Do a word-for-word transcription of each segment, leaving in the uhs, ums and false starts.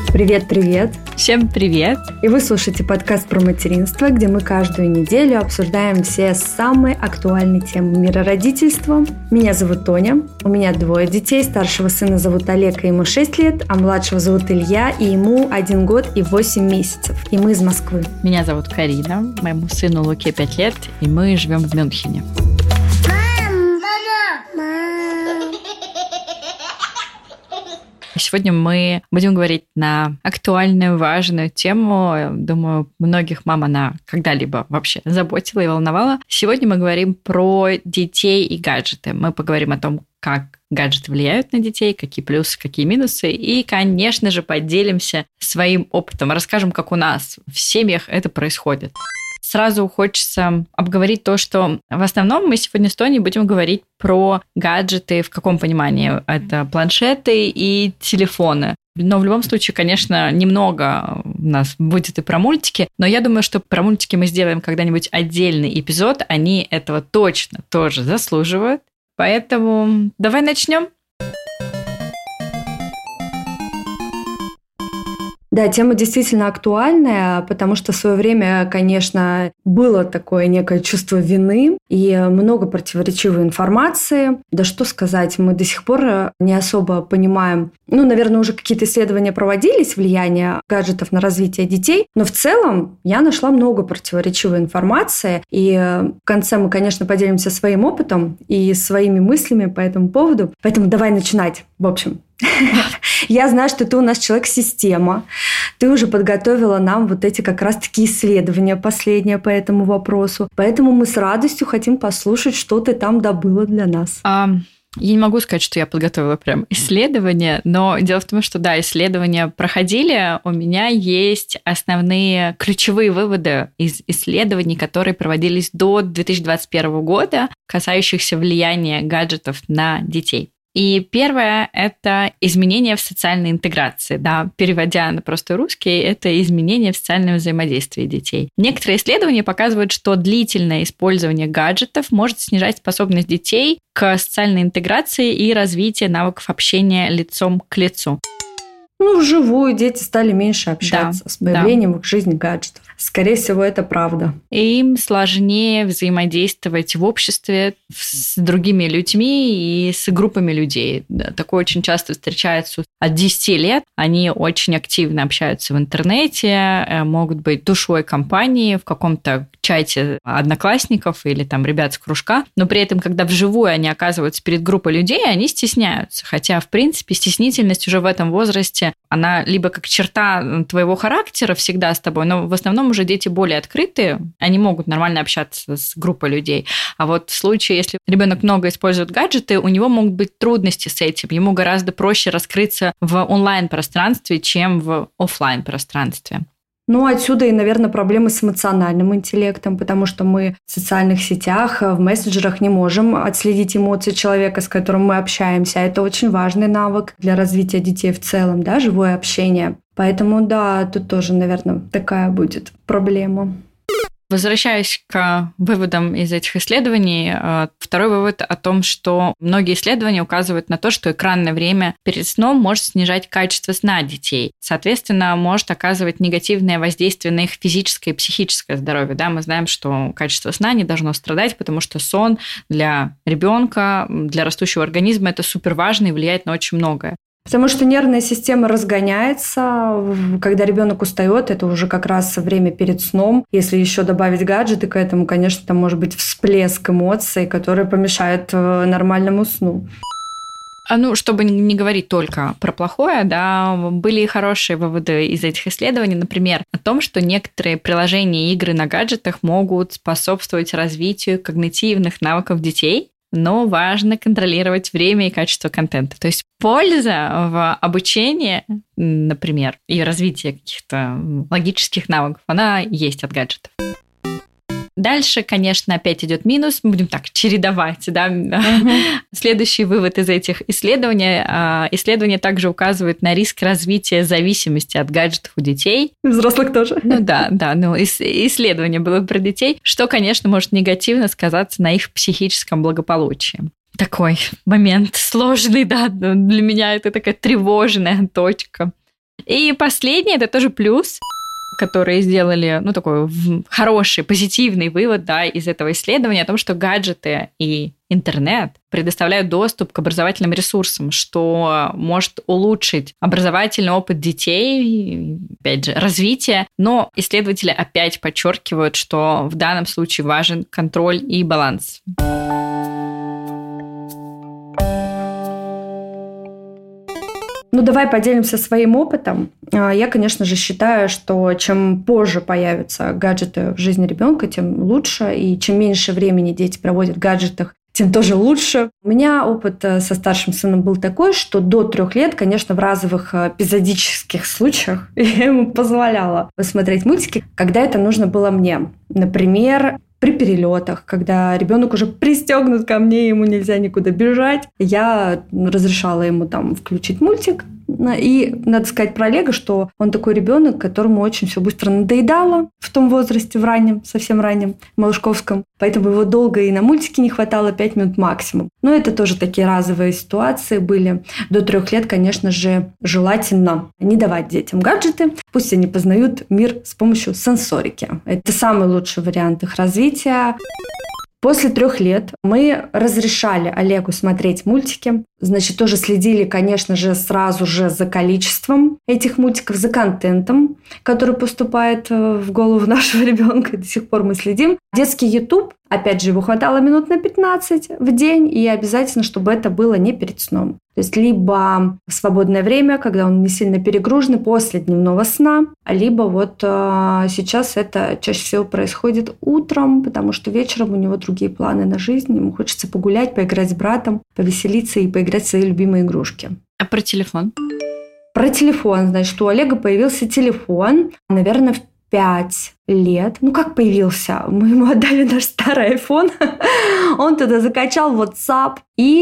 Привет-привет! Всем привет! И вы слушаете подкаст про материнство, где мы каждую неделю обсуждаем все самые актуальные темы мира родительства. Меня зовут Тоня, у меня двое детей. Старшего сына зовут Олег, и ему шесть лет, а младшего зовут Илья, и ему один год и восемь месяцев. И мы из Москвы. Меня зовут Карина, моему сыну Луке пять лет, и мы живем в Мюнхене. Сегодня мы будем говорить на актуальную, важную тему. Думаю, многих мам она когда-либо вообще заботила и волновала. Сегодня мы говорим про детей и гаджеты. Мы поговорим о том, как гаджеты влияют на детей, какие плюсы, какие минусы. И, конечно же, поделимся своим опытом. Расскажем, как у нас в семьях это происходит. Сразу хочется обговорить то, что в основном мы сегодня с Тоней будем говорить про гаджеты, в каком понимании это планшеты и телефоны. Но в любом случае, конечно, немного у нас будет и про мультики, но я думаю, что про мультики мы сделаем когда-нибудь отдельный эпизод, они этого точно тоже заслуживают. Поэтому давай начнем. Да, тема действительно актуальная, потому что в свое время, конечно, было такое некое чувство вины и много противоречивой информации. Да что сказать, мы до сих пор не особо понимаем. Ну, наверное, уже какие-то исследования проводились, влияние гаджетов на развитие детей, но в целом я нашла много противоречивой информации. И в конце мы, конечно, поделимся своим опытом и своими мыслями по этому поводу. Поэтому давай начинать, в общем. Я знаю, что ты у нас человек-система. Ты уже подготовила нам вот эти как раз-таки исследования последние по этому вопросу. Поэтому мы с радостью хотим послушать, что ты там добыла для нас. А, я не могу сказать, что я подготовила прям исследования, но дело в том, что да, исследования проходили. У меня есть основные ключевые выводы из исследований, которые проводились до две тысячи двадцать первого года, касающихся влияния гаджетов на детей. И первое – это изменения в социальной интеграции. Да, переводя на простой русский, это изменения в социальном взаимодействии детей. Некоторые исследования показывают, что длительное использование гаджетов может снижать способность детей к социальной интеграции и развитию навыков общения лицом к лицу. Ну, вживую дети стали меньше общаться да, с появлением да. в их жизни гаджетов. Скорее всего, это правда. Им сложнее взаимодействовать в обществе с другими людьми и с группами людей. Такое очень часто встречается от десяти лет. Они очень активно общаются в интернете, могут быть душой компании в каком-то чате одноклассников или там ребят с кружка, но при этом, когда вживую они оказываются перед группой людей, они стесняются. Хотя, в принципе, стеснительность уже в этом возрасте, она либо как черта твоего характера всегда с тобой, но в основном уже дети более открытые, они могут нормально общаться с группой людей. А вот в случае, если ребенок много использует гаджеты, у него могут быть трудности с этим. Ему гораздо проще раскрыться в онлайн-пространстве, чем в офлайн-пространстве. Ну, отсюда и, наверное, проблемы с эмоциональным интеллектом, потому что мы в социальных сетях, в мессенджерах не можем отследить эмоции человека, с которым мы общаемся. Это очень важный навык для развития детей в целом, да, живое общение. Поэтому, да, тут тоже, наверное, такая будет проблема. Возвращаясь к выводам из этих исследований, второй вывод о том, что многие исследования указывают на то, что экранное время перед сном может снижать качество сна детей. Соответственно, может оказывать негативное воздействие на их физическое и психическое здоровье. Да, мы знаем, что качество сна не должно страдать, потому что сон для ребенка, для растущего организма – это супер важно и влияет на очень многое. Потому что нервная система разгоняется, когда ребенок устает, это уже как раз время перед сном. Если еще добавить гаджеты к этому, конечно, там может быть всплеск эмоций, который помешает нормальному сну. Ну, чтобы не говорить только про плохое, да, были и хорошие выводы из этих исследований. Например, о том, что некоторые приложения и игры на гаджетах могут способствовать развитию когнитивных навыков детей, но важно контролировать время и качество контента. То есть польза в обучении, например, и развитии каких-то логических навыков, она есть от гаджетов. Дальше, конечно, опять идет минус. Мы будем так чередовать. Да? Uh-huh. Следующий вывод из этих исследований. Исследования также указывают на риск развития зависимости от гаджетов у детей. Взрослых тоже. Ну да, да. Ну, исследование было про детей, что, конечно, может негативно сказаться на их психическом благополучии. Такой момент сложный, да. Для меня это такая тревожная точка. И последнее, это тоже плюс, которые сделали, ну, такой хороший, позитивный вывод, да, из этого исследования о том, что гаджеты и интернет предоставляют доступ к образовательным ресурсам, что может улучшить образовательный опыт детей, опять же, развитие. Но исследователи опять подчеркивают, что в данном случае важен контроль и баланс. Ну, давай поделимся своим опытом. Я, конечно же, считаю, что чем позже появятся гаджеты в жизни ребенка, тем лучше. И чем меньше времени дети проводят в гаджетах, тем тоже лучше. У меня опыт со старшим сыном был такой, что до трех лет, конечно, в разовых эпизодических случаях я ему позволяла посмотреть мультики, когда это нужно было мне. Например, при перелетах, когда ребенок уже пристегнут ко мне, ему нельзя никуда бежать, я разрешала ему там включить мультик. И надо сказать про Олега, что он такой ребенок, которому очень все быстро надоедало в том возрасте, в раннем, совсем раннем, малышковском. Поэтому его долго и на мультики не хватало, пять минут максимум. Но это тоже такие разовые ситуации были. До трех лет, конечно же, желательно не давать детям гаджеты. Пусть они познают мир с помощью сенсорики. Это самый лучший вариант их развития. После трех лет мы разрешали Олегу смотреть мультики. Значит, тоже следили, конечно же, сразу же за количеством этих мультиков, за контентом, который поступает в голову нашего ребенка. До сих пор мы следим. Детский YouTube, опять же, его хватало минут на пятнадцать в день, и обязательно, чтобы это было не перед сном. То есть либо в свободное время, когда он не сильно перегружен, после дневного сна, либо вот э, сейчас это чаще всего происходит утром, потому что вечером у него другие планы на жизнь, ему хочется погулять, поиграть с братом, повеселиться и поиграть в свои любимые игрушки. А про телефон? Про телефон. Значит, у Олега появился телефон, наверное, в пять лет. Ну, как появился? Мы ему отдали наш старый iPhone. Он туда закачал WhatsApp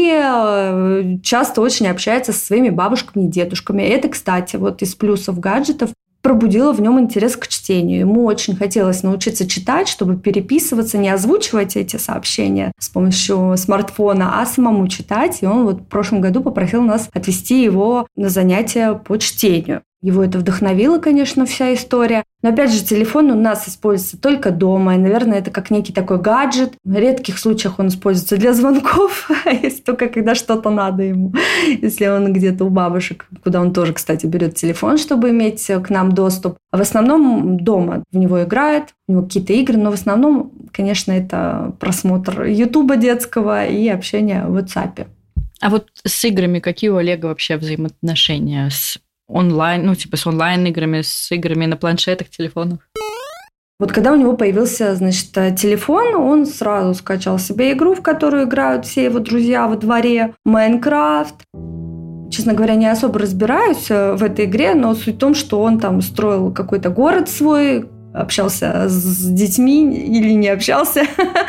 и часто очень общается со своими бабушками и дедушками. Это, кстати, вот из плюсов гаджетов пробудило в нем интерес к чтению. Ему очень хотелось научиться читать, чтобы переписываться, не озвучивать эти сообщения с помощью смартфона, а самому читать. И он вот в прошлом году попросил нас отвезти его на занятия по чтению. Его это вдохновило, конечно, вся история. Но, опять же, телефон у нас используется только дома. И, наверное, это как некий такой гаджет. В редких случаях он используется для звонков, если только когда что-то надо ему. Если он где-то у бабушек, куда он тоже, кстати, берет телефон, чтобы иметь к нам доступ. А в основном дома в него играет, у него какие-то игры, но в основном, конечно, это просмотр Ютуба детского и общение в WhatsApp. А вот с играми какие у Олега вообще взаимоотношения с онлайн, ну, типа с онлайн-играми, с играми на планшетах, телефонах? Вот когда у него появился, значит, телефон, он сразу скачал себе игру, в которую играют все его друзья во дворе, Майнкрафт. Честно говоря, не особо разбираюсь в этой игре, но суть в том, что он там строил какой-то город свой, общался с детьми или не общался.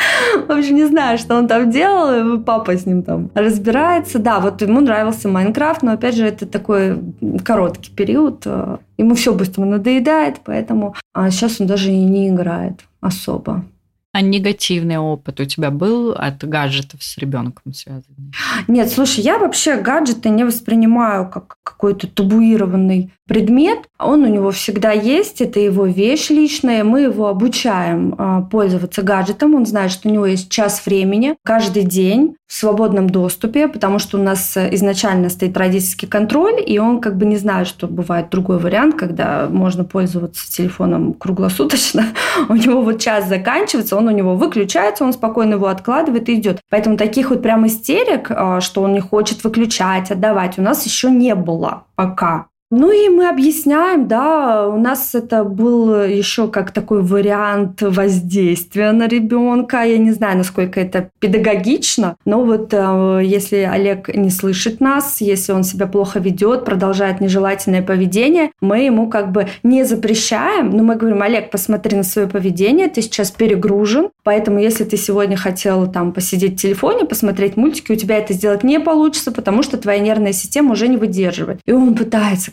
В общем, не знаю, что он там делал. Папа с ним там разбирается. Да, вот ему нравился Майнкрафт, но, опять же, это такой короткий период. Ему все быстро надоедает, поэтому сейчас он даже и не играет особо. А негативный опыт у тебя был от гаджетов с ребенком связанный? Нет, слушай, я вообще гаджеты не воспринимаю как какой-то табуированный предмет. Он у него всегда есть, это его вещь личная. Мы его обучаем пользоваться гаджетом. Он знает, что у него есть час времени каждый день в свободном доступе, потому что у нас изначально стоит родительский контроль, и он как бы не знает, что бывает другой вариант, когда можно пользоваться телефоном круглосуточно. У него вот час заканчивается, он у него выключается, он спокойно его откладывает и идет. Поэтому таких вот прям истерик, что он не хочет выключать, отдавать, у нас еще не было пока. Ну и мы объясняем, да, у нас это был еще как такой вариант воздействия на ребенка. Я не знаю, насколько это педагогично, но вот э, если Олег не слышит нас, если он себя плохо ведет, продолжает нежелательное поведение, мы ему как бы не запрещаем, но мы говорим: Олег, посмотри на свое поведение, ты сейчас перегружен, поэтому если ты сегодня хотел там посидеть в телефоне, посмотреть мультики, у тебя это сделать не получится, потому что твоя нервная система уже не выдерживает. И он пытается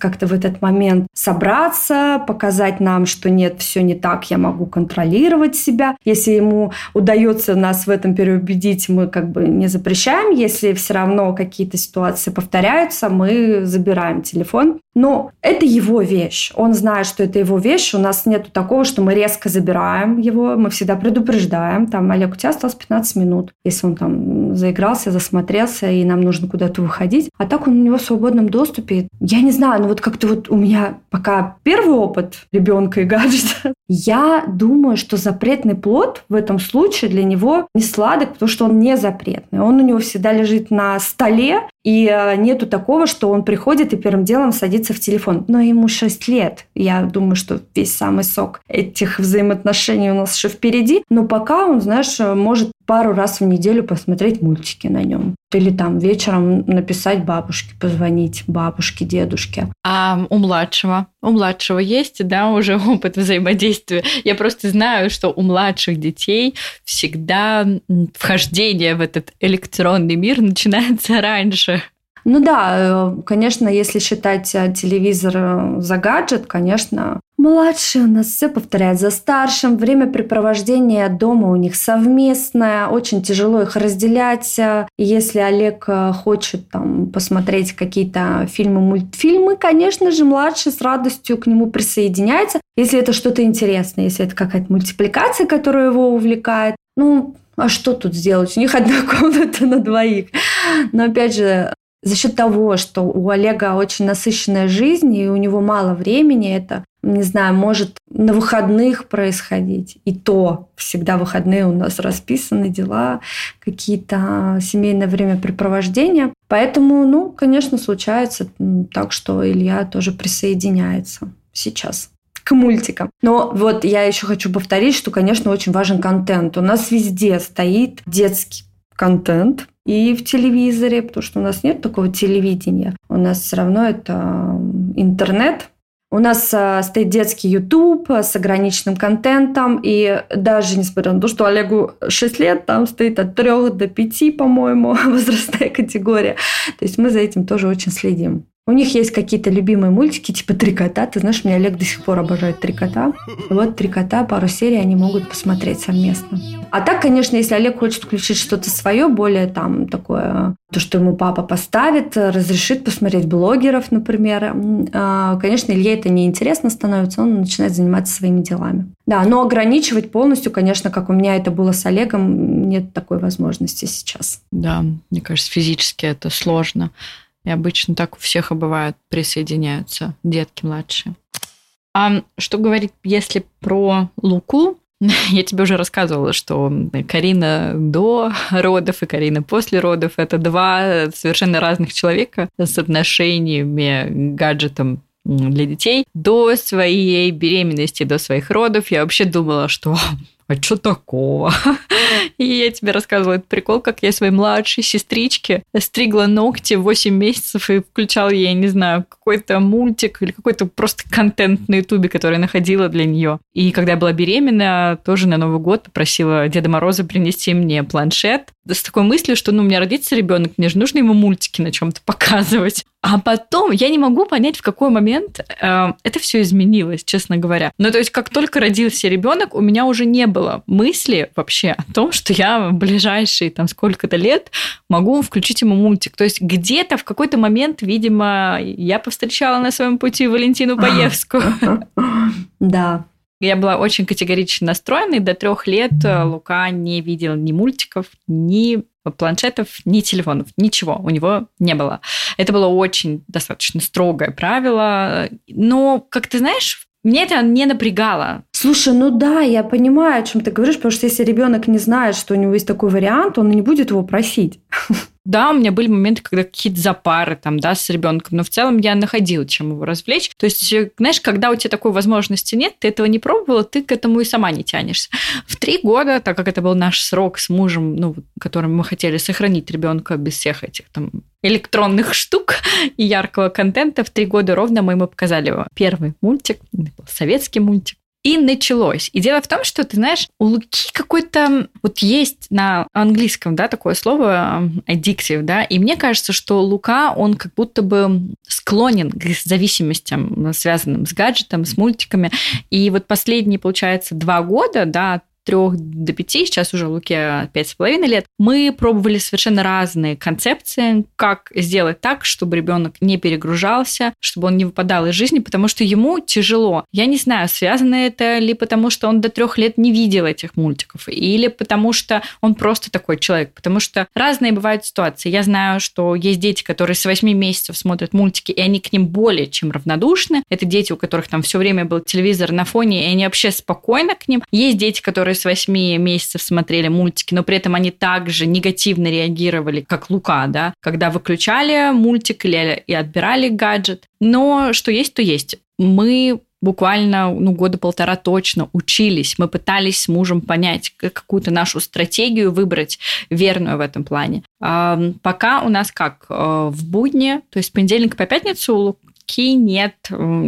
как-то в этот момент собраться, показать нам, что нет, все не так, я могу контролировать себя. Если ему удается нас в этом переубедить, мы как бы не запрещаем. Если все равно какие-то ситуации повторяются, мы забираем телефон. Но это его вещь. Он знает, что это его вещь. У нас нету такого, что мы резко забираем его. Мы всегда предупреждаем. Там, Олег, у тебя осталось пятнадцать минут. Если он там заигрался, засмотрелся, и нам нужно куда-то выходить. А так он у него в свободном доступе. Я не знаю, но вот как-то вот у меня пока первый опыт ребенка и гаджета. Я думаю, что запретный плод в этом случае для него не сладок, потому что он не запретный. Он у него всегда лежит на столе, и нету такого, что он приходит и первым делом садится в телефон. Но ему шесть лет. Я думаю, что весь самый сок этих взаимоотношений у нас еще впереди. Но пока он, знаешь, может пару раз в неделю посмотреть мультики на нем. Или там вечером написать бабушке, позвонить бабушке, дедушке. А у младшего? У младшего есть, да, уже опыт взаимодействия? Я просто знаю, что у младших детей всегда вхождение в этот электронный мир начинается раньше. Ну да, конечно, если считать телевизор за гаджет, конечно, младший у нас все повторяет за старшим. Времяпрепровождение дома у них совместное. Очень тяжело их разделять. Если Олег хочет там посмотреть какие-то фильмы, мультфильмы, конечно же, младший с радостью к нему присоединяется. Если это что-то интересное, если это какая-то мультипликация, которая его увлекает. Ну, а что тут сделать? У них одна комната на двоих. Но опять же, за счет того, что у Олега очень насыщенная жизнь, и у него мало времени, это, не знаю, может на выходных происходить. И то всегда выходные у нас расписаны, дела, какие-то семейное времяпрепровождения. Поэтому, ну, конечно, случается так, что Илья тоже присоединяется сейчас к мультикам. Но вот я еще хочу повторить, что, конечно, очень важен контент. У нас везде стоит детский контент, и в телевизоре, потому что у нас нет такого телевидения. У нас все равно это интернет. У нас стоит детский YouTube с ограниченным контентом. И даже несмотря на то, что Олегу шесть лет, там стоит от трёх до пяти, по-моему, возрастная категория. То есть мы за этим тоже очень следим. У них есть какие-то любимые мультики, типа «Три кота». Ты знаешь, меня Олег до сих пор обожает «Три кота». Вот «Три кота», пару серий они могут посмотреть совместно. А так, конечно, если Олег хочет включить что-то свое, более там такое, то, что ему папа поставит, разрешит посмотреть блогеров, например, конечно, Илье это неинтересно становится, он начинает заниматься своими делами. Да, но ограничивать полностью, конечно, как у меня это было с Олегом, нет такой возможности сейчас. Да, мне кажется, физически это сложно. И обычно так у всех и бывает, присоединяются детки младшие. А что говорить, если про Луку? Я тебе уже рассказывала, что Карина до родов и Карина после родов – это два совершенно разных человека с отношениями к гаджетам для детей. До своей беременности, до своих родов я вообще думала, что а что такого? И я тебе рассказывала этот прикол, как я своей младшей сестричке стригла ногти в восемь месяцев и включала ей, не знаю, какой-то мультик или какой-то просто контент на Ютубе, который я находила для нее. И когда я была беременна, тоже на Новый год попросила Деда Мороза принести мне планшет с такой мыслью, что ну, у меня родится ребенок, мне же нужно ему мультики на чем-то показывать. А потом я не могу понять, в какой момент э, это все изменилось, честно говоря. Ну, то есть, как только родился ребенок, у меня уже не было мысли вообще о том, что я в ближайшие там сколько-то лет могу включить ему мультик. То есть, где-то в какой-то момент, видимо, я повстречала на своем пути Валентину Паевскую. Да. Я была очень категорично настроена, и до трех лет Лука не видел ни мультиков, ни планшетов, ни телефонов, ничего у него не было. Это было очень достаточно строгое правило, но, как ты знаешь, мне это не напрягало. Слушай, ну да, я понимаю, о чем ты говоришь, потому что если ребенок не знает, что у него есть такой вариант, он не будет его просить. Да, у меня были моменты, когда какие-то запары там, да, с ребенком, но в целом я находила, чем его развлечь. То есть, знаешь, когда у тебя такой возможности нет, ты этого не пробовала, ты к этому и сама не тянешься. В три года, так как это был наш срок с мужем, ну, которым мы хотели сохранить ребенка без всех этих там электронных штук и яркого контента, в три года ровно мы ему показали его первый мультик, советский мультик. И началось. И дело в том, что, ты знаешь, у Луки какой-то... Вот есть на английском, да, такое слово addictive, да, и мне кажется, что Лука, он как будто бы склонен к зависимостям, связанным с гаджетом, с мультиками. И вот последние, получается, два года, да, трех до пяти, сейчас уже Луке пять с половиной лет, мы пробовали совершенно разные концепции, как сделать так, чтобы ребенок не перегружался, чтобы он не выпадал из жизни, потому что ему тяжело. Я не знаю, связано это ли потому, что он до трех лет не видел этих мультиков, или потому что он просто такой человек, потому что разные бывают ситуации. Я знаю, что есть дети, которые с восьми месяцев смотрят мультики, и они к ним более чем равнодушны. Это дети, у которых там все время был телевизор на фоне, и они вообще спокойно к ним. Есть дети, которые с восьми месяцев смотрели мультики, но при этом они также негативно реагировали, как Лука, да, когда выключали мультик или и отбирали гаджет. Но что есть, то есть. Мы буквально ну, года полтора точно учились. Мы пытались с мужем понять, какую-то нашу стратегию выбрать верную в этом плане. А пока у нас как? В будни, то есть с понедельника по пятницу у Луки нет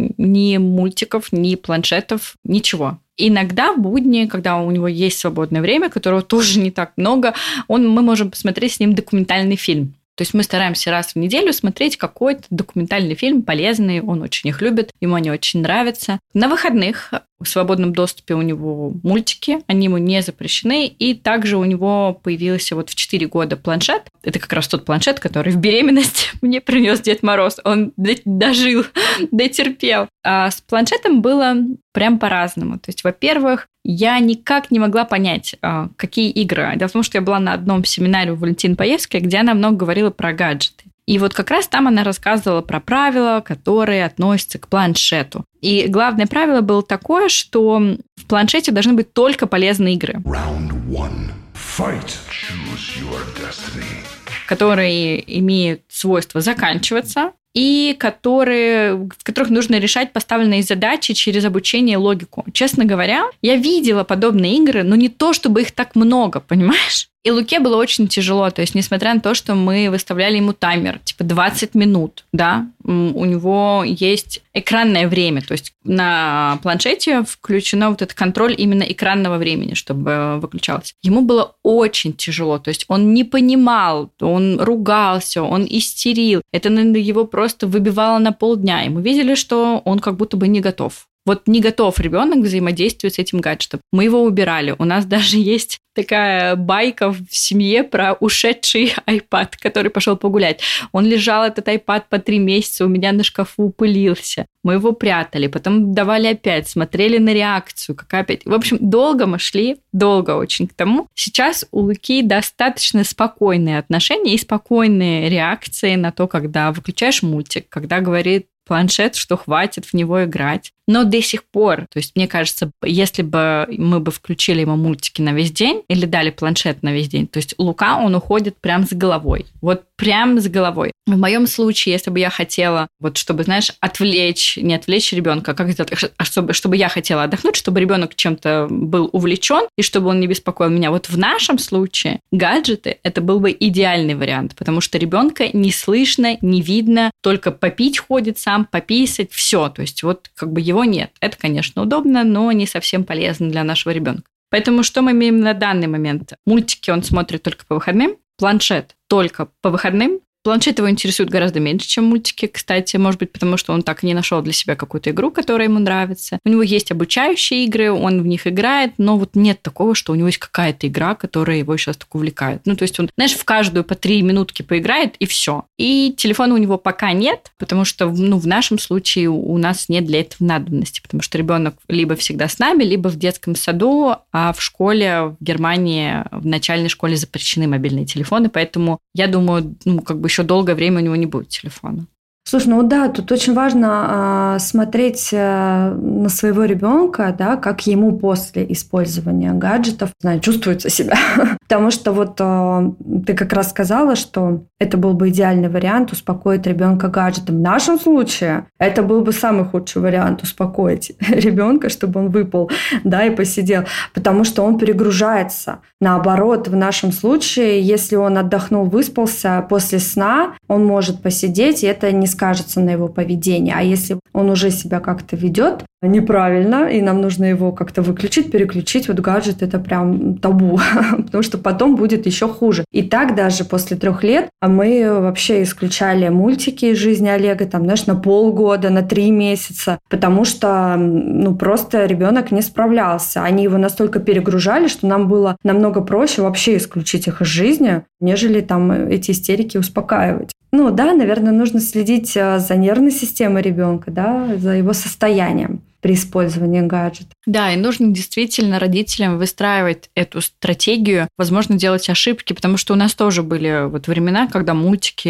ни мультиков, ни планшетов, ничего. Иногда в будни, когда у него есть свободное время, которого тоже не так много, он, мы можем посмотреть с ним документальный фильм. То есть мы стараемся раз в неделю смотреть какой-то документальный фильм полезный, он очень их любит, ему они очень нравятся. На выходных в свободном доступе у него мультики, они ему не запрещены, и также у него появился вот в четыре года планшет. Это как раз тот планшет, который в беременность мне принес Дед Мороз. Он дожил, дотерпел. А с планшетом было прям по-разному. То есть, во-первых, я никак не могла понять, какие игры. Дело в том, что я была на одном семинаре у Валентины Паевской, где она много говорила про гаджеты. И вот как раз там она рассказывала про правила, которые относятся к планшету. И главное правило было такое, что в планшете должны быть только полезные игры, которые имеют свойство заканчиваться, и которые, в которых нужно решать поставленные задачи через обучение и логику. Честно говоря, я видела подобные игры, но не то, чтобы их так много, понимаешь? И Луке было очень тяжело, то есть, несмотря на то, что мы выставляли ему таймер, типа двадцать минут, да, у него есть экранное время, то есть на планшете включено вот этот контроль именно экранного времени, чтобы выключалось. Ему было очень тяжело, то есть он не понимал, он ругался, он истерил, это его просто выбивало на полдня, и мы видели, что он как будто бы не готов. Вот не готов ребенок взаимодействовать с этим гаджетом. Мы его убирали. У нас даже есть такая байка в семье про ушедший iPad, который пошел погулять. Он лежал, этот iPad, по три месяца, у меня на шкафу пылился. Мы его прятали, потом давали опять, смотрели на реакцию, какая опять... В общем, долго мы шли, долго очень к тому. Сейчас у Луки достаточно спокойные отношения и спокойные реакции на то, когда выключаешь мультик, когда говорит планшет, что хватит в него играть. Но до сих пор, то есть мне кажется, если бы мы бы включили ему мультики на весь день или дали планшет на весь день, то есть Лука, он уходит прям с головой. Вот прям с головой. В моем случае, если бы я хотела, вот чтобы, знаешь, отвлечь, не отвлечь ребенка, как это, чтобы, чтобы я хотела отдохнуть, чтобы ребенок чем-то был увлечен и чтобы он не беспокоил меня. Вот в нашем случае гаджеты это был бы идеальный вариант, потому что ребенка не слышно, не видно, только попить ходит сам, пописать, все. То есть вот как бы его нет. Это, конечно, удобно, но не совсем полезно для нашего ребенка. Поэтому что мы имеем на данный момент? Мультики он смотрит только по выходным, планшет только по выходным. Планшет его интересует гораздо меньше, чем мультики, кстати, может быть, потому что он так и не нашел для себя какую-то игру, которая ему нравится. У него есть обучающие игры, он в них играет, но вот нет такого, что у него есть какая-то игра, которая его сейчас так увлекает. Ну, то есть он, знаешь, в каждую по три минутки поиграет, и все. И телефона у него пока нет, потому что, ну, в нашем случае у нас нет для этого надобности, потому что ребенок либо всегда с нами, либо в детском саду, а в школе, в Германии, в начальной школе запрещены мобильные телефоны, поэтому я думаю, ну, как бы еще долгое время у него не будет телефона. Слушай, ну да, тут очень важно э, смотреть э, на своего ребенка, да, как ему после использования гаджетов, знаю, чувствуется себя. Потому что вот э, ты как раз сказала, что это был бы идеальный вариант успокоить ребенка гаджетом. В нашем случае это был бы самый худший вариант успокоить ребенка, чтобы он выпал, да, и посидел, потому что он перегружается. Наоборот, в нашем случае, если он отдохнул, выспался после сна, он может посидеть, и это не скажется на его поведении. А если он уже себя как-то ведет неправильно, и нам нужно его как-то выключить, переключить, вот гаджет — это прям табу, потому что потом будет еще хуже. И так даже после трех лет мы вообще исключали мультики из жизни Олега, там, знаешь, на полгода, на три месяца, потому что, ну, просто ребенок не справлялся. Они его настолько перегружали, что нам было намного проще вообще исключить их из жизни, нежели там эти истерики успокаивать. Ну да, наверное, нужно следить за нервной системой ребенка, да, за его состоянием при использовании гаджета. Да, и нужно действительно родителям выстраивать эту стратегию, возможно, делать ошибки, потому что у нас тоже были вот времена, когда мультики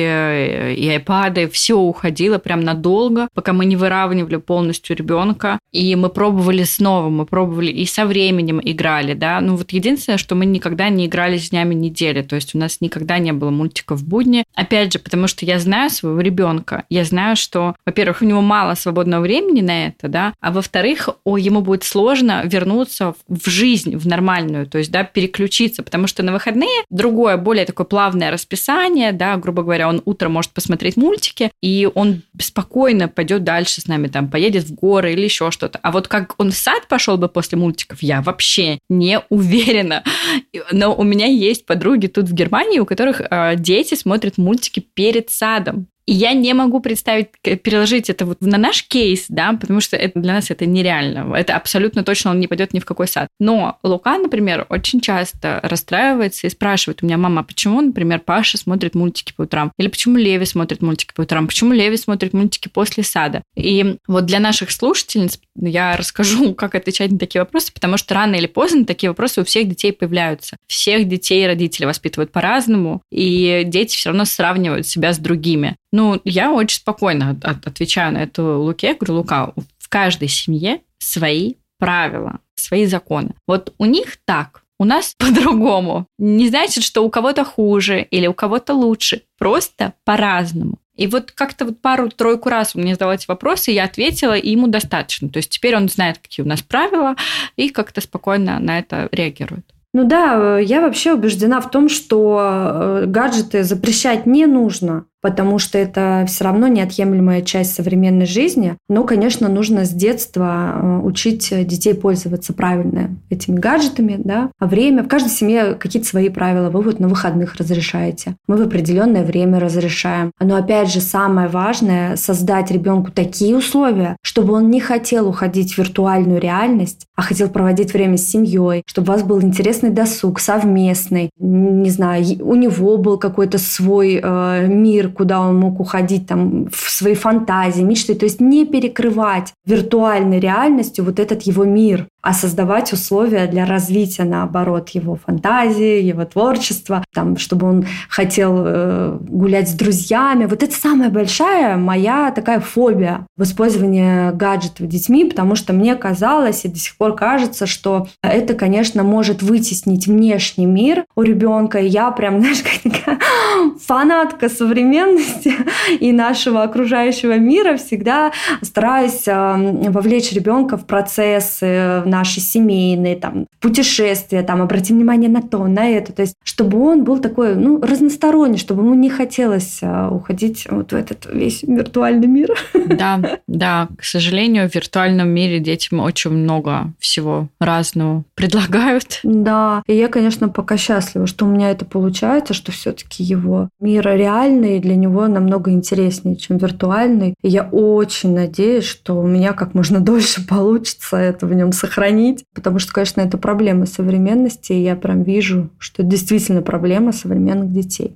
и айпады, все уходило прям надолго, пока мы не выравнивали полностью ребенка, и мы пробовали снова, мы пробовали и со временем играли, да, ну вот единственное, что мы никогда не играли с днями недели, то есть у нас никогда не было мультиков в будни, опять же, потому что я знаю своего ребенка, я знаю, что, во-первых, у него мало свободного времени на это, да, а во-вторых, о, ему будет сложно вернуться в жизнь, в нормальную, то есть, да, переключиться, потому что на выходные другое, более такое плавное расписание, да, грубо говоря, он утром может посмотреть мультики, и он спокойно пойдет дальше с нами, там, поедет в горы или еще что-то. А вот как он в сад пошел бы после мультиков, я вообще не уверена. Но у меня есть подруги тут в Германии, у которых э, дети смотрят мультики перед садом. И я не могу представить, переложить это вот на наш кейс, да, потому что это, для нас это нереально. Это абсолютно точно он не пойдет ни в какой сад. Но Лука, например, очень часто расстраивается и спрашивает у меня: мама, почему, например, Паша смотрит мультики по утрам? Или почему Леви смотрит мультики по утрам? Почему Леви смотрит мультики после сада? И вот для наших слушательниц я расскажу, как отвечать на такие вопросы, потому что рано или поздно такие вопросы у всех детей появляются. Всех детей родители воспитывают по-разному, и дети все равно сравнивают себя с другими. Ну, я очень спокойно отвечаю на это Луке. Говорю: Лука, в каждой семье свои правила, свои законы. Вот у них так, у нас по-другому. Не значит, что у кого-то хуже или у кого-то лучше. Просто по-разному. И вот как-то вот пару-тройку раз он мне задал эти вопросы, я ответила, и ему достаточно. То есть теперь он знает, какие у нас правила, и как-то спокойно на это реагирует. Ну да, я вообще убеждена в том, что гаджеты запрещать не нужно, потому что это все равно неотъемлемая часть современной жизни. Но, конечно, нужно с детства учить детей пользоваться правильно этими гаджетами, да, а время. В каждой семье какие-то свои правила. Вы вот на выходных разрешаете, мы в определенное время разрешаем. Но, опять же, самое важное — создать ребенку такие условия, чтобы он не хотел уходить в виртуальную реальность, а хотел проводить время с семьей, чтобы у вас был интересный досуг, совместный, не знаю, у него был какой-то свой э, мир, куда он мог уходить там в свои фантазии, мечты. То есть не перекрывать виртуальной реальностью вот этот его мир, а создавать условия для развития, наоборот, его фантазии, его творчества, там, чтобы он хотел э, гулять с друзьями. Вот это самая большая моя такая фобия в использовании гаджетов детьми, потому что мне казалось и до сих пор кажется, что это, конечно, может вытеснить внешний мир у ребенка. И я прям, знаешь, как такая фанатка современности и нашего окружающего мира всегда стараюсь э, вовлечь ребенка в процессы наши семейные, там, путешествия, там, обратим внимание на то, на это. То есть, чтобы он был такой, ну, разносторонний, чтобы ему не хотелось уходить вот в этот весь виртуальный мир. Да, да, к сожалению, в виртуальном мире детям очень много всего разного предлагают. Да, и я, конечно, пока счастлива, что у меня это получается, что все-таки его мир реальный для него намного интереснее, чем виртуальный. И я очень надеюсь, что у меня как можно дольше получится это в нем сохранить. Потому что, конечно, это проблема современности, и я прям вижу, что это действительно проблема современных детей.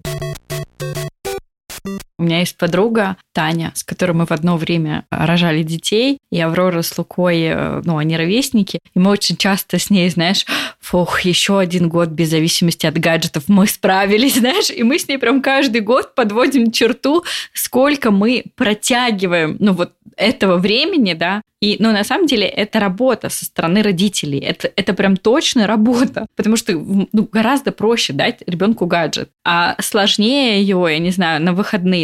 У меня есть подруга Таня, с которой мы в одно время рожали детей, и Аврора с Лукой, ну, они ровесники, и мы очень часто с ней, знаешь, фух, еще один год без зависимости от гаджетов, мы справились, знаешь, и мы с ней прям каждый год подводим черту, сколько мы протягиваем, ну, вот этого времени, да, и, ну, на самом деле, это работа со стороны родителей. Это, это прям точно работа. Потому что, ну, гораздо проще дать ребенку гаджет. А сложнее его, я не знаю, на выходные.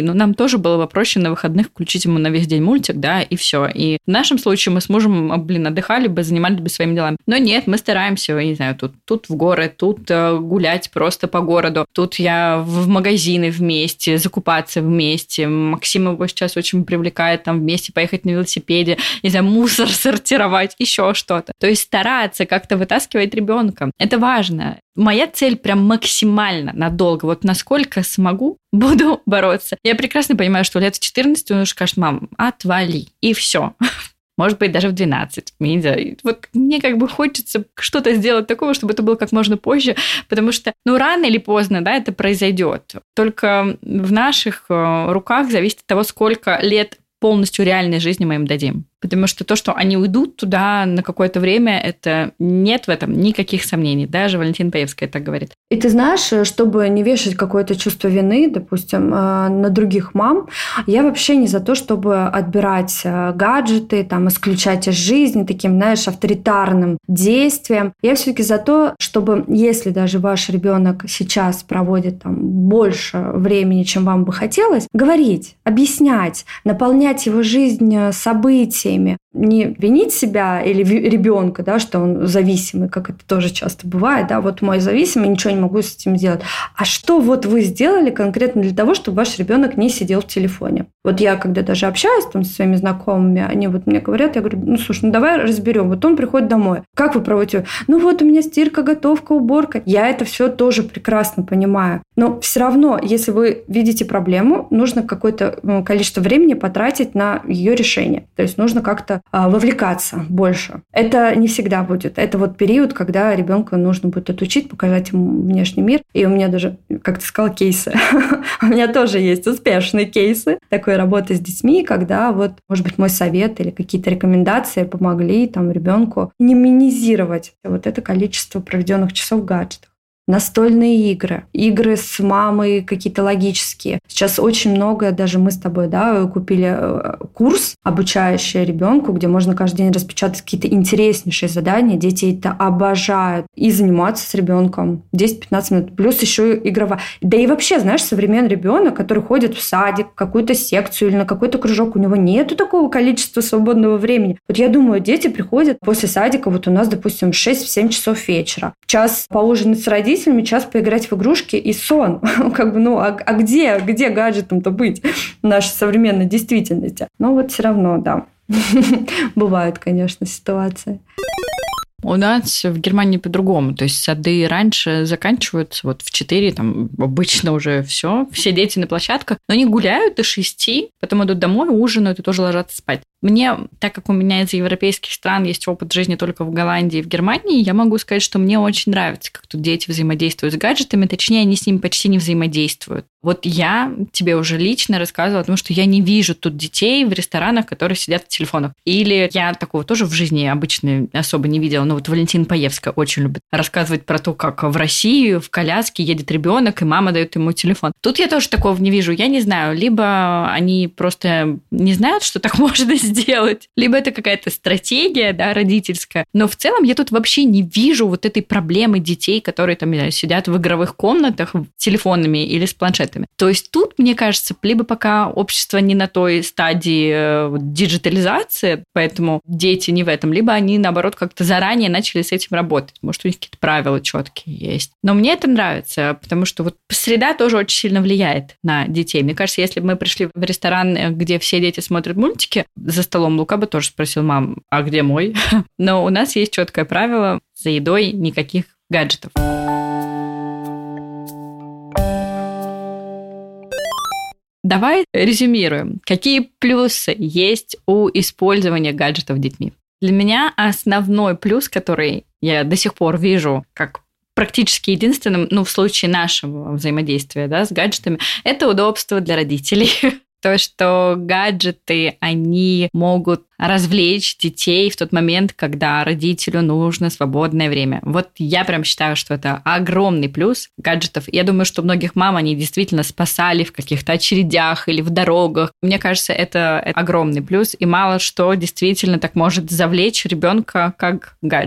но нам тоже было бы проще на выходных включить ему на весь день мультик, да, и все. И в нашем случае мы с мужем, блин, отдыхали бы, занимались бы своими делами. Но нет, мы стараемся, я не знаю, тут, тут в горы, тут гулять просто по городу, тут я в магазины вместе, закупаться вместе. Максим его сейчас очень привлекает там вместе поехать на велосипеде, не знаю, мусор сортировать, еще что-то. То есть стараться как-то вытаскивать ребенка. Это важно. Моя цель прям максимально надолго. Вот насколько смогу, буду бороться. Я прекрасно понимаю, что лет в четырнадцать он уже скажет: мам, отвали. И все. Может быть, даже в двенадцать. Вот мне как бы хочется что-то сделать такого, чтобы это было как можно позже, потому что, ну, рано или поздно, да, это произойдет. Только в наших руках зависит от того, сколько лет полностью реальной жизни мы им дадим. Потому что то, что они уйдут туда на какое-то время, это нет в этом никаких сомнений. Даже Валентина Паевская так говорит. И ты знаешь, чтобы не вешать какое-то чувство вины, допустим, на других мам, я вообще не за то, чтобы отбирать гаджеты, там, исключать из жизни таким, знаешь, авторитарным действием. Я все-таки за то, чтобы, если даже ваш ребенок сейчас проводит там больше времени, чем вам бы хотелось, говорить, объяснять, наполнять его жизнь событиями, не винить себя или ребенка, да, что он зависимый, как это тоже часто бывает, да, вот мой зависимый, ничего не могу с этим сделать. А что вот вы сделали конкретно для того, чтобы ваш ребенок не сидел в телефоне? Вот я, когда даже общаюсь там со своими знакомыми, они вот мне говорят, я говорю: ну, слушай, ну давай разберем. Вот он приходит домой. Как вы проводите? Ну вот у меня стирка, готовка, уборка. Я это все тоже прекрасно понимаю. Но все равно, если вы видите проблему, нужно какое-то количество времени потратить на ее решение. То есть нужно как-то а, вовлекаться больше. Это не всегда будет. Это вот период, когда ребенку нужно будет отучить, показать ему внешний мир. И у меня даже, как ты сказала, кейсы. У меня тоже есть успешные кейсы такой работы с детьми, когда вот, может быть, мой совет или какие-то рекомендации помогли там ребенку минимизировать вот это количество проведенных часов в гаджетах. Настольные игры, игры с мамой какие-то логические. Сейчас очень много, даже мы с тобой, да, купили курс, обучающий ребенку, где можно каждый день распечатать какие-то интереснейшие задания. Дети это обожают. И заниматься с ребенком десять-пятнадцать минут. Плюс еще игровая. Да и вообще, знаешь, современный ребенок, который ходит в садик, в какую-то секцию или на какой-то кружок, у него нету такого количества свободного времени. Вот я думаю, дети приходят после садика, вот у нас, допустим, в шесть-семь часов вечера. Час поужинать с родителями, час поиграть в игрушки и сон. Как бы, ну, а, а где, где гаджетом-то быть в нашей современной действительности? Но вот все равно, да, бывают, конечно, ситуации. У нас в Германии по-другому. То есть сады раньше заканчиваются вот в четыре, там обычно уже все, все дети на площадках, но они гуляют до шести, потом идут домой, ужинают и тоже ложатся спать. Мне, так как у меня из европейских стран есть опыт жизни только в Голландии и в Германии, я могу сказать, что мне очень нравится, как тут дети взаимодействуют с гаджетами, точнее, они с ними почти не взаимодействуют. Вот я тебе уже лично рассказывала о том, что я не вижу тут детей в ресторанах, которые сидят в телефонах. Или я такого тоже в жизни обычно особо не видела. Но вот Валентина Паевская очень любит рассказывать про то, как в России в коляске едет ребенок, и мама дает ему телефон. Тут я тоже такого не вижу. Я не знаю, либо они просто не знают, что так можно сделать, либо это какая-то стратегия, да, родительская. Но в целом я тут вообще не вижу вот этой проблемы детей, которые там, не знаю, сидят в игровых комнатах с телефонами или с планшетами. То есть тут, мне кажется, либо пока общество не на той стадии э, диджитализации, поэтому дети не в этом, либо они, наоборот, как-то заранее начали с этим работать. Может, у них какие-то правила четкие есть. Но мне это нравится, потому что вот среда тоже очень сильно влияет на детей. Мне кажется, если бы мы пришли в ресторан, где все дети смотрят мультики, за столом Лука бы тоже спросил: мам, а где мой? Но у нас есть четкое правило: за едой никаких гаджетов. Давай резюмируем. Какие плюсы есть у использования гаджетов детьми? Для меня основной плюс, который я до сих пор вижу как практически единственным, ну, в случае нашего взаимодействия, да, с гаджетами, это удобство для родителей. То, что гаджеты, они могут развлечь детей в тот момент, когда родителю нужно свободное время. Вот я прям считаю, что это огромный плюс гаджетов. Я думаю, что многих мам они действительно спасали в каких-то очередях или в дорогах. Мне кажется, это, это огромный плюс, и мало что действительно так может завлечь ребенка, как гаджет.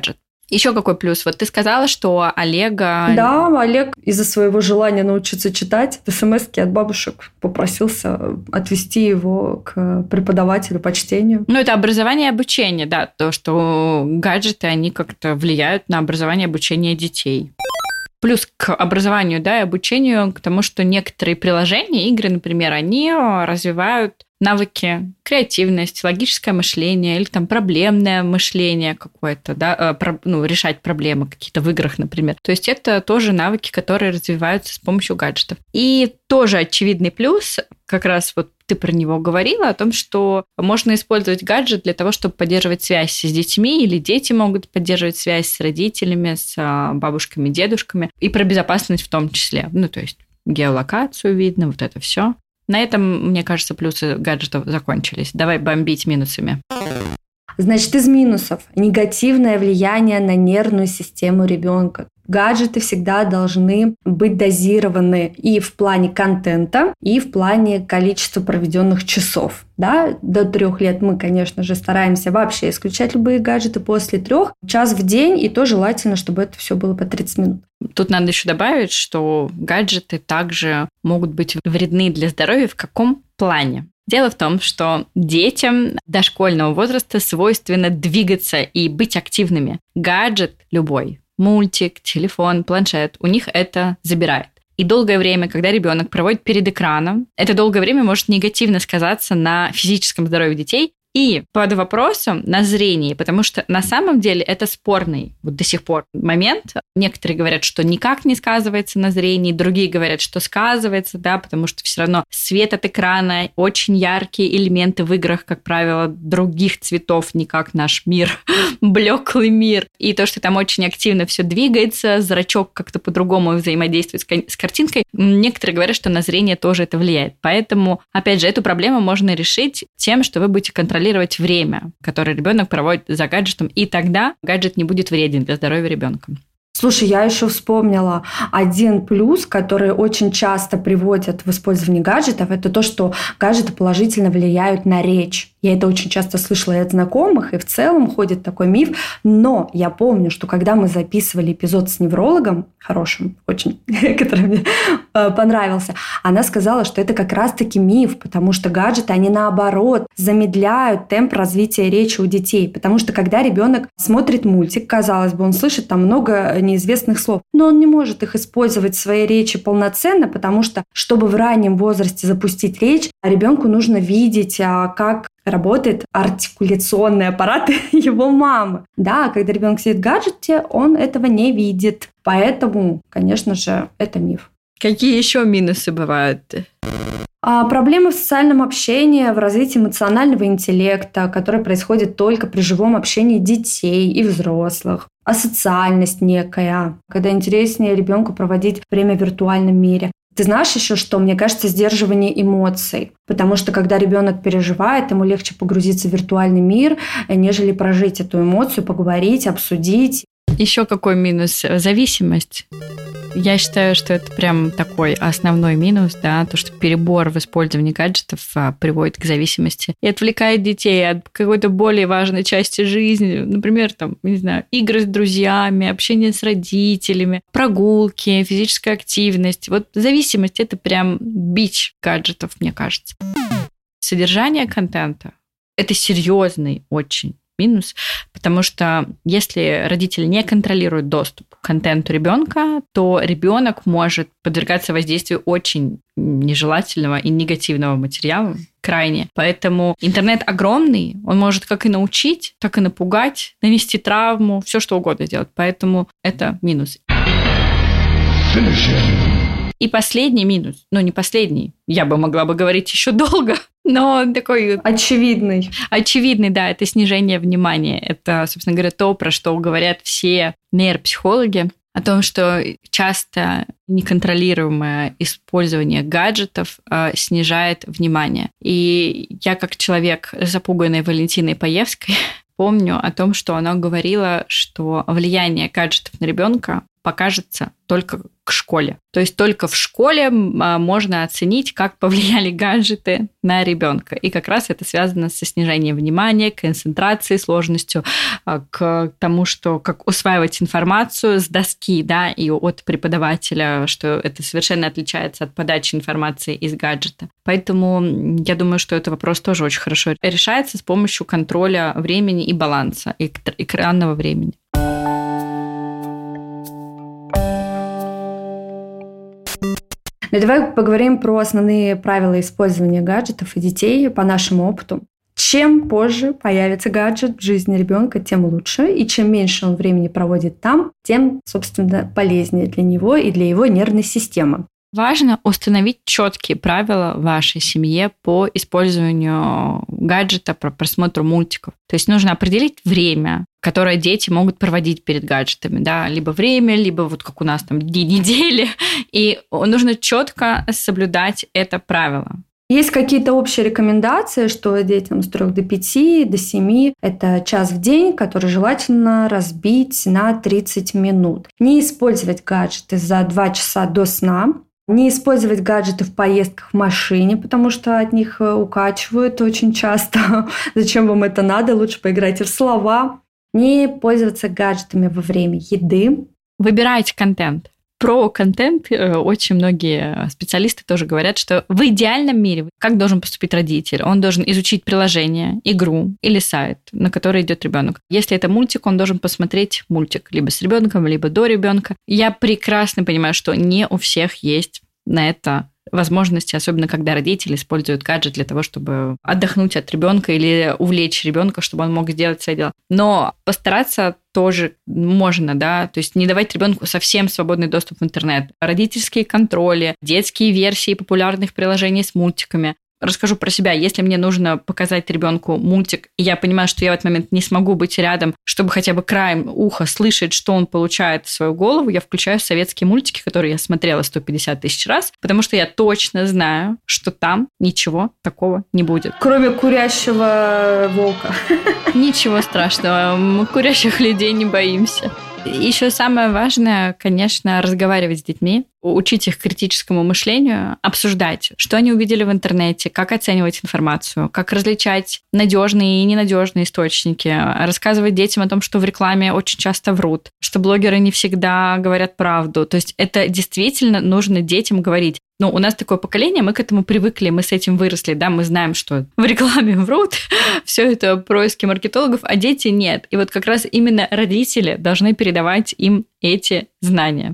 Еще какой плюс? Вот ты сказала, что Олега... Да, Олег из-за своего желания научиться читать смс-ки от бабушек попросился отвести его к преподавателю по чтению. Ну, это образование и обучение, да, то, что гаджеты, они как-то влияют на образование и обучение детей. Плюс к образованию, да, и обучению, к тому, что некоторые приложения, игры, например, они развивают навыки, креативность, логическое мышление или там проблемное мышление какое-то, да, ну, решать проблемы какие-то в играх, например. То есть это тоже навыки, которые развиваются с помощью гаджетов. И тоже очевидный плюс, как раз вот ты про него говорила, о том, что можно использовать гаджет для того, чтобы поддерживать связь с детьми, или дети могут поддерживать связь с родителями, с бабушками, дедушками, и про безопасность в том числе. Ну, то есть геолокацию видно, вот это все. На этом, мне кажется, плюсы гаджетов закончились. Давай бомбить минусами. Значит, из минусов. Негативное влияние на нервную систему ребенка. Гаджеты всегда должны быть дозированы и в плане контента, и в плане количества проведенных часов. Да? До трех лет мы, конечно же, стараемся вообще исключать любые гаджеты. После трех час в день, и то желательно, чтобы это все было по тридцать минут. Тут надо еще добавить, что гаджеты также могут быть вредны для здоровья. В каком плане? Дело в том, что детям дошкольного возраста свойственно двигаться и быть активными. Гаджет любой, мультик, телефон, планшет, у них это забирает. И долгое время, когда ребенок проводит перед экраном, это долгое время может негативно сказаться на физическом здоровье детей и под вопросом на зрении, потому что на самом деле это спорный вот до сих пор момент. Некоторые говорят, что никак не сказывается на зрении, другие говорят, что сказывается, да, потому что все равно свет от экрана, очень яркие элементы в играх, как правило, других цветов, не как наш мир, блеклый мир. И то, что там очень активно все двигается, зрачок как-то по-другому взаимодействует с картинкой, некоторые говорят, что на зрение тоже это влияет. Поэтому, опять же, эту проблему можно решить тем, что вы будете контролировать время, которое ребенок проводит за гаджетом, и тогда гаджет не будет вреден для здоровья ребенка. Слушай, я еще вспомнила один плюс, который очень часто приводят в использовании гаджетов, это то, что гаджеты положительно влияют на речь. Я это очень часто слышала и от знакомых, и в целом ходит такой миф. Но я помню, что когда мы записывали эпизод с неврологом, хорошим очень, который мне понравился, она сказала, что это как раз-таки миф, потому что гаджеты, они наоборот замедляют темп развития речи у детей. Потому что когда ребенок смотрит мультик, казалось бы, он слышит там много неизвестных слов, но он не может их использовать в своей речи полноценно, потому что, чтобы в раннем возрасте запустить речь, ребенку нужно видеть, как работает артикуляционный аппарат его мамы. Да, когда ребенок сидит в гаджете, он этого не видит. Поэтому, конечно же, это миф. Какие еще минусы бывают? А проблемы в социальном общении, в развитии эмоционального интеллекта, которое происходит только при живом общении детей и взрослых. Асоциальность некая, когда интереснее ребенку проводить время в виртуальном мире. Ты знаешь еще что? Мне кажется, сдерживание эмоций. Потому что когда ребенок переживает, ему легче погрузиться в виртуальный мир, нежели прожить эту эмоцию, поговорить, обсудить. Еще какой минус? Зависимость. Я считаю, что это прям такой основной минус, да, то, что перебор в использовании гаджетов а, приводит к зависимости и отвлекает детей от какой-то более важной части жизни, например, там, не знаю, игры с друзьями, общение с родителями, прогулки, физическая активность. Вот зависимость – это прям бич гаджетов, мне кажется. Содержание контента – это серьезный очень минус, потому что если родители не контролируют доступ к контенту ребенка, то ребенок может подвергаться воздействию очень нежелательного и негативного материала крайне. Поэтому интернет огромный, он может как и научить, так и напугать, нанести травму, все что угодно сделать. Поэтому это минус. И последний минус, ну не последний, я бы могла бы говорить еще долго, но такой... Очевидный. Очевидный, да, это снижение внимания. Это, собственно говоря, то, про что говорят все нейропсихологи, о том, что часто неконтролируемое использование гаджетов э, снижает внимание. И я, как человек, запуганный Валентиной Паевской, помню о том, что она говорила, что влияние гаджетов на ребенка покажется только к школе. То есть только в школе можно оценить, как повлияли гаджеты на ребенка. И как раз это связано со снижением внимания, концентрацией, сложностью, к тому, что как усваивать информацию с доски, да, и от преподавателя, что это совершенно отличается от подачи информации из гаджета. Поэтому я думаю, что этот вопрос тоже очень хорошо решается с помощью контроля времени и баланса экранного времени. Ну, давай поговорим про основные правила использования гаджетов и детей по нашему опыту. Чем позже появится гаджет в жизни ребенка, тем лучше. И чем меньше он времени проводит там, тем, собственно, полезнее для него и для его нервной системы. Важно установить четкие правила в вашей семье по использованию гаджета, по просмотру мультиков. То есть нужно определить время, которое дети могут проводить перед гаджетами, да, либо время, либо вот как у нас там дни недели, и нужно четко соблюдать это правило. Есть какие-то общие рекомендации, что детям с трёх до пяти, до семи – это час в день, который желательно разбить на тридцать минут. Не использовать гаджеты за два часа до сна. Не использовать гаджеты в поездках в машине, потому что от них укачивают очень часто. Зачем вам это надо? Лучше поиграйте в слова. Не пользоваться гаджетами во время еды. Выбирайте контент. Про контент очень многие специалисты тоже говорят, что в идеальном мире как должен поступить родитель? Он должен изучить приложение, игру или сайт, на который идет ребенок. Если это мультик, он должен посмотреть мультик либо с ребенком, либо до ребенка. Я прекрасно понимаю, что не у всех есть на это возможности, особенно когда родители используют гаджет для того, чтобы отдохнуть от ребенка или увлечь ребенка, чтобы он мог сделать свои дела. Но постараться тоже можно, да, то есть не давать ребенку совсем свободный доступ в интернет. Родительские контроли, детские версии популярных приложений с мультиками. Расскажу про себя. Если мне нужно показать ребенку мультик, и я понимаю, что я в этот момент не смогу быть рядом, чтобы хотя бы краем уха слышать, что он получает в свою голову, я включаю советские мультики, которые я смотрела сто пятьдесят тысяч раз, потому что я точно знаю, что там ничего такого не будет. Кроме курящего волка. Ничего страшного. Мы курящих людей не боимся. Еще самое важное, конечно, разговаривать с детьми, учить их критическому мышлению, обсуждать, что они увидели в интернете, как оценивать информацию, как различать надежные и ненадежные источники, рассказывать детям о том, что в рекламе очень часто врут, что блогеры не всегда говорят правду. То есть это действительно нужно детям говорить. Ну, у нас такое поколение, мы к этому привыкли, мы с этим выросли, да, мы знаем, что в рекламе врут, все это происки маркетологов, а дети нет. И вот как раз именно родители должны передавать им эти знания.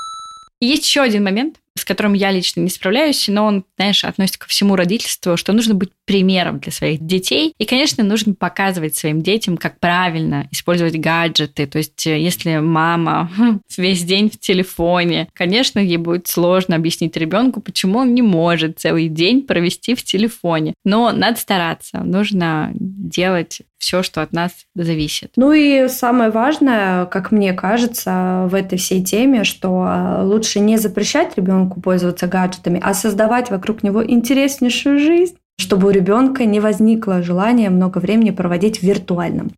И есть еще один момент, с которым я лично не справляюсь, но он, знаешь, относится ко всему родительству, что нужно быть примером для своих детей. И, конечно, нужно показывать своим детям, как правильно использовать гаджеты. То есть, если мама весь день в телефоне, конечно, ей будет сложно объяснить ребенку, почему он не может целый день провести в телефоне. Но надо стараться, нужно делать все, что от нас зависит. Ну и самое важное, как мне кажется, в этой всей теме, что лучше не запрещать ребенку пользоваться гаджетами, а создавать вокруг него интереснейшую жизнь, чтобы у ребенка не возникло желания много времени проводить в виртуальном.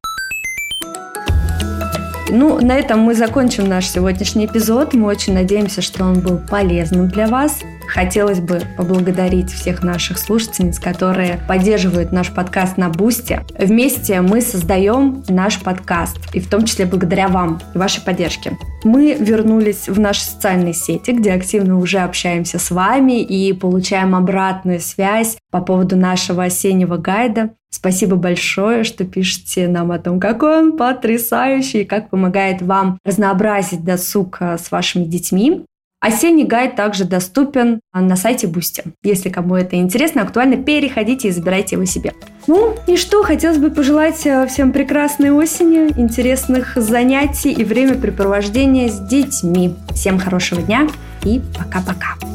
Ну, на этом мы закончим наш сегодняшний эпизод. Мы очень надеемся, что он был полезным для вас. Хотелось бы поблагодарить всех наших слушательниц, которые поддерживают наш подкаст на Бусти. Вместе мы создаем наш подкаст, и в том числе благодаря вам и вашей поддержке. Мы вернулись в наши социальные сети, где активно уже общаемся с вами и получаем обратную связь по поводу нашего осеннего гайда. Спасибо большое, что пишете нам о том, какой он потрясающий и как помогает вам разнообразить досуг с вашими детьми. Осенний гайд также доступен на сайте Boosty. Если кому это интересно, актуально, переходите и забирайте его себе. Ну и что, хотелось бы пожелать всем прекрасной осени, интересных занятий и времяпрепровождения с детьми. Всем хорошего дня и пока-пока.